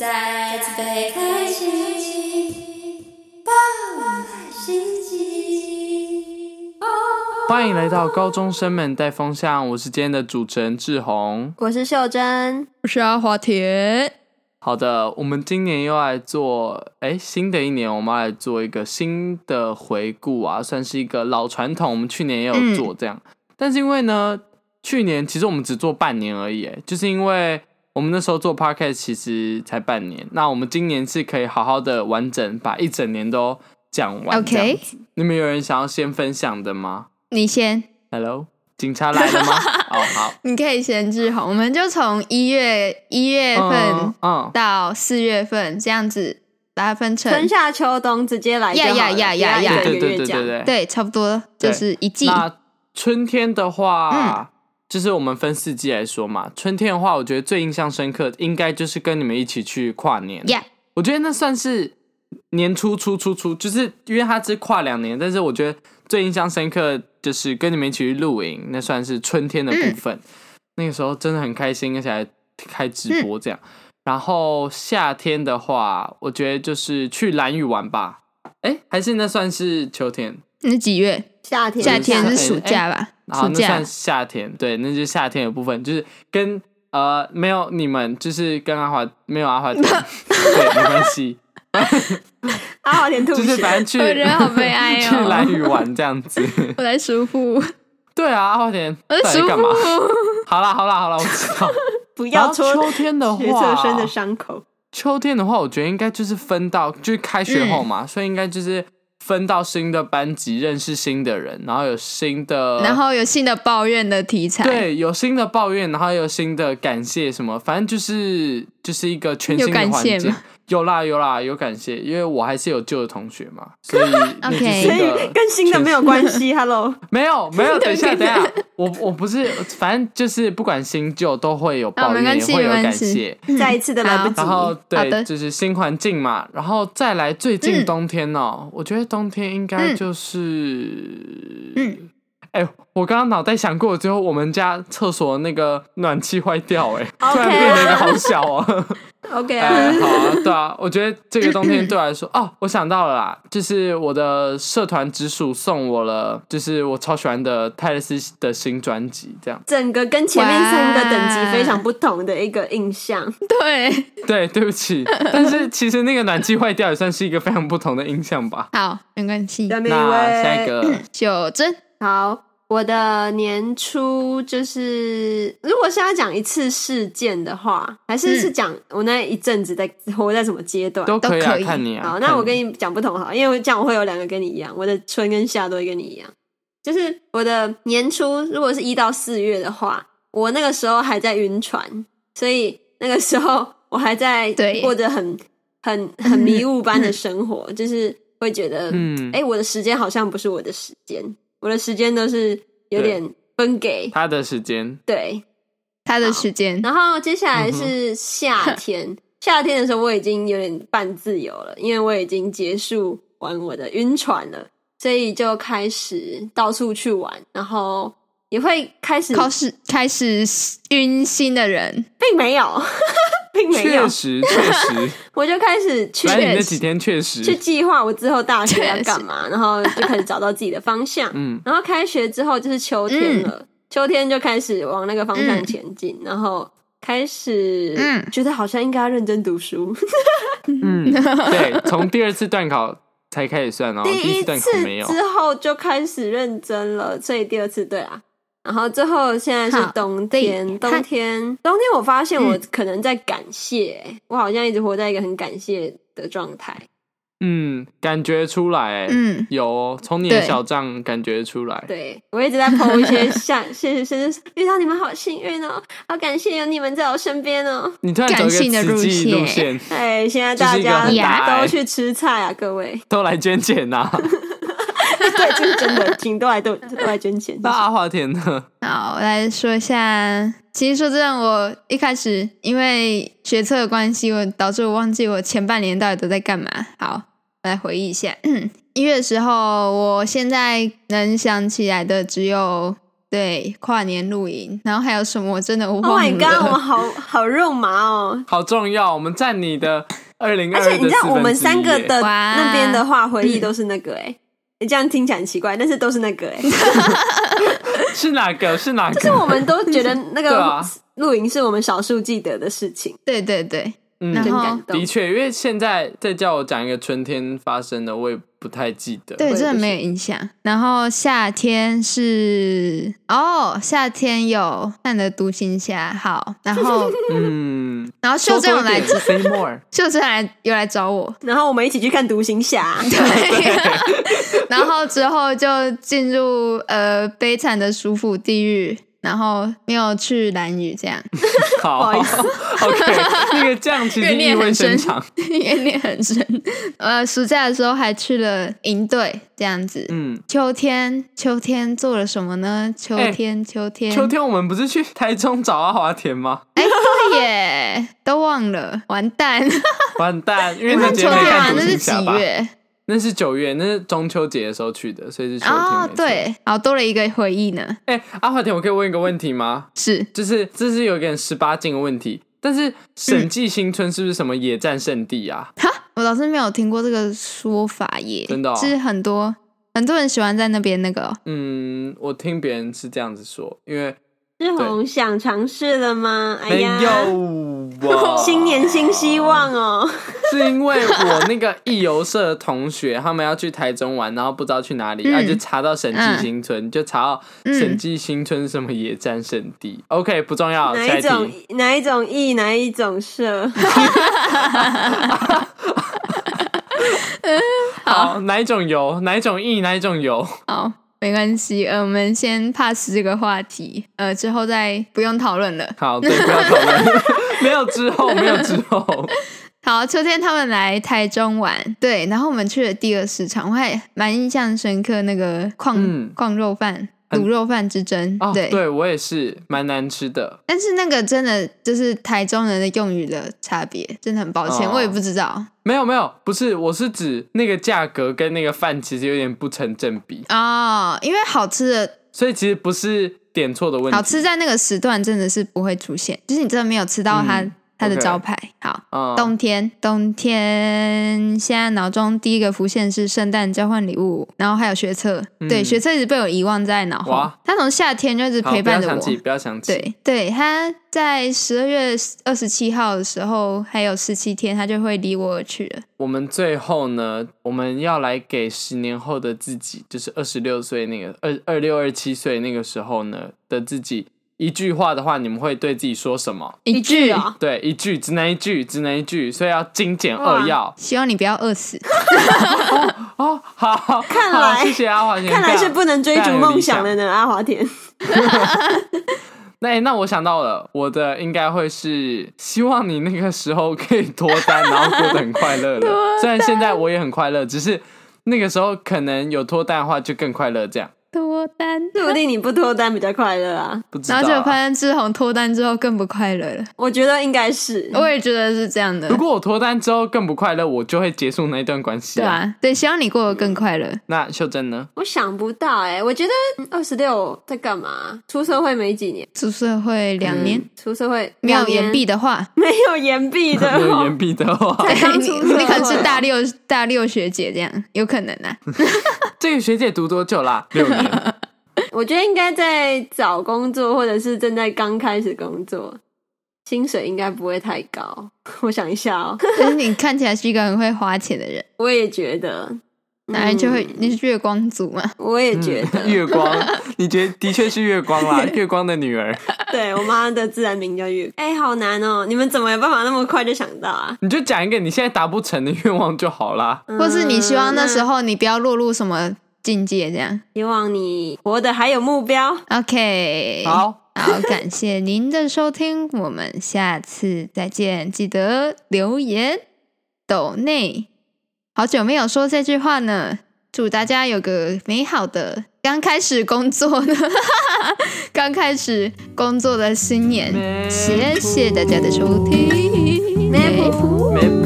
再次被开启，爆满心机。 欢迎来到高中生们带风向，我是今天的主持人志宏， 我是秀珍， 我是阿华田。 好的，我们今年又来做新的一年我们要来做一个新的回顾啊，算是一个老传统，我们去年也有做这样，但是因为呢去年其实我们只做半年而已，就是因为我们那时候做 podcast 其实才半年，那我们今年是可以好好的完整把一整年都讲完这样子。你们有人想要先分享的吗？ 你先。 Hello， 警察来了吗？哦，好， 你可以先志宏，我们就从一月份到4月份这样子把它分成春夏秋冬直接来就好了， 对，差不多就是一季。 那春天的话就是我们分4季来说嘛，春天的话我觉得最印象深刻应该就是跟你们一起去跨年，我觉得那算是年初，就是因为它是跨2年，但是我觉得最印象深刻就是跟你们一起去露营，那算是春天的部分，那个时候真的很开心，而且还开直播这样。然后夏天的话我觉得就是去兰屿玩吧，还是那算是秋天？ 那几月？ 夏天是暑假吧？ 好，那算夏天，对，那就是夏天的部分，就是跟没有你们，就是跟没有阿华田对，没关系。 阿华田吐血， 就是反正去， 我觉得好悲哀哦。 去兰屿玩这样子， 我在舒服。 对啊，阿华田我在舒服干嘛？好啦，我知道。 不要戳秋天的话， 学测生的伤口。 秋天的话，我觉得应该就是分到，就是开学后嘛，所以应该就是分到新的班级，认识新的人，然后有新的抱怨的题材，对，有新的抱怨，然后有新的感谢什么，反正就是一个全新的环境。有啦，有感谢，因为我还是有旧的同学嘛，所以那就是一个跟新的没有关系。Hello， 没有，等一下，我不是，反正就是不管新旧都会有抱怨，也会有感谢， 再一次的来不及。 然后对，就是新环境嘛，然后再来最近冬天我觉得冬天应该就是我刚刚脑袋想过之后，我们家厕所那个暖气坏掉，突然变得一个好小 OK 好啊，对啊，我觉得这个冬天对我来说，我想到了啦，就是我的社团直属送我了，就是我超喜欢的泰勒斯的新专辑，这样整个跟前面3个等级非常不同的一个印象。 对， 对不起，但是其实那个暖气坏掉也算是一个非常不同的印象吧。 好，没关系。 那下一个秀珍。 好，我的年初就是如果是要讲一次事件的话，还是讲我那一阵子活在什么阶段都可以啊，看你啊。 好，那我跟你讲不同好，因为这样我会有2个跟你一样，我的春跟夏都会跟你一样。就是我的年初如果是1到4月的话，我那个时候还在晕船，所以那个时候我还在过着很迷雾般的生活，就是会觉得我的时间好像不是我的时间，我的时间都是有点分给他的时间， 对， 他的时间。 然后接下来是夏天，夏天的时候我已经有点半自由了，因为我已经结束完我的晕船了，所以就开始到处去玩，然后也会开始晕新的人， 并没有确实我就开始去来你那几天确实去计划我之后大学要干嘛，然后就开始找到自己的方向然后开学之后就是秋天了秋天就开始往那个方向前进然后开始觉得好像应该要认真读书对，从第2次段考才开始算第1次段考没有， 之后就开始认真了，所以第2次对啊。然后最后现在是冬天我发现我可能在感谢我好像一直活在一个很感谢的状态感觉出来有从你的小账感觉出来， 对，我一直在 po 一些谢谢遇到你们好幸运哦，好感谢有你们在我身边哦， 你突然走一个慈济路线现在大家都去吃菜啊，各位都来捐钱啊对，这是真的，请都来捐钱。 那阿华田呢？ 好，我来说一下。其实说真的，我一开始因为学测的关系，导致我忘记我前半年到底都在干嘛。好，我来回忆一下。1月的时候，我现在能想起来的只有对，跨年露营，然后还有什么我真的忘了。 Oh my god， 我们好肉麻哦， 好重要，我们占你的2022 而且你知道我们3个的哇那边的话回忆都是那个这样听起来很奇怪，但是都是那个是哪个？ 就是我们都觉得那个露营是我们少数记得的事情。 对对对， 真感动。 的确，因为现在再叫我讲一个春天发生的，我也不太记得。 对，真的没有印象。然后夏天是夏天有看的独行侠，好，然后然后秀珍有来秀珍有来找我， 然后我们一起去看独行侠。 对，然后之后就进入悲惨的鼠府地狱。然后没有去兰屿，这样。 好，不好意思 OK， 那个这样其实意味深长， 怨念很深。暑假的时候还去了营队，这样子。秋天做了什么呢？秋天我们不是去台中找阿华田吗？ 对耶，都忘了，完蛋， 因为那节没看独行侠吧？ 那是几月？ 那是9月，那是中秋节的时候去的，所以是秋天。 对，好，多了一个回忆呢。 阿华田，我可以问一个问题吗？ 是， 就是这是有点18禁的问题，但是审计新村是不是什么野战圣地啊？ 我老是没有听过这个说法耶， 真的是很多人喜欢在那边那个。 我听别人是这样子说，因为志宏想尝试了吗？哎呀， 没有新年新希望哦。 是因为我那个艺游社的同学他们要去台中玩，然后不知道去哪里，就查到审计新村，就查到审计新村是什么野战圣地。OK， 不重要。 哪一种艺，哪一种社？ 好，哪一种油，哪一种艺，哪一种油？ 好，没关系，我们先 pass 这个话题，之后再不用讨论了。 好，对，不要讨论，没有之后。 好，秋天他们来台中玩，对，然后我们去了第2市场，我还蛮印象深刻那个矿肉饭、卤肉饭之争。 对，我也是蛮难吃的。 但是那个真的就是台中人的用语的差别，真的很抱歉，我也不知道。 没有，不是，我是指那个价格跟那个饭其实有点不成正比因为好吃的， 所以其实不是点错的问题， 好吃在那个时段真的是不会出现，就是你真的没有吃到它的招牌。好，冬天，现在脑中第一个浮现是圣诞交换礼物，然后还有学测。对，学测一直被我遗忘在脑后。他从夏天就一直陪伴着我。 不要想起。 对，他在12月27号的时候，还有17天，他就会离我而去了。 我们最后呢，我们要来给10年后的自己，就是26岁那个26、27岁那个时候呢的自己。一句话的话，你们会对自己说什么？ 一句对，一句，只能一句，所以要精简扼要。 希望你不要饿死。 好， 看来谢谢阿华田， 看来是不能追逐梦想的呢，阿华田。 那我想到了，我的应该会是希望你那个时候可以脱单，然后过得很快乐了。虽然现在我也很快乐，只是那个时候可能有脱单的话就更快乐这样。 脱单， 说不定你不脱单比较快乐啊。 不知道然后就发现志宏脱单之后更不快乐了。 我觉得应该是， 我也觉得是这样的。 如果我脱单之后更不快乐，我就会结束那一段关系。 对啊，对，希望你过得更快乐。 那秀珍呢？ 我想不到我觉得26在干嘛？出社会没几年， 出社会2年， 出社会没有延毕的话， 没有延毕的， 没有延毕的话， 你可能是大六学姐这样，有可能啊。 这个学姐读多久啦？6年。 我觉得应该在找工作，或者是正在刚开始工作，薪水应该不会太高。我想一下可是你看起来是一个很会花钱的人。 我也觉得。 那就会你是月光族嘛？ 我也觉得。 月光，你觉得的确是月光啦，月光的女儿。 对，我妈的自然名叫月。好难哦！你们怎么有办法那么快就想到啊？ 你就讲一个你现在达不成的愿望就好啦。 或是你希望那时候你不要落入什么境界这样。 希望你活得还有目标。 OK， 好， 感谢您的收听，我们下次再见，记得留言抖内。好久没有说这句话呢，祝大家有个美好的刚开始工作的新年，谢谢大家的收听， 梅普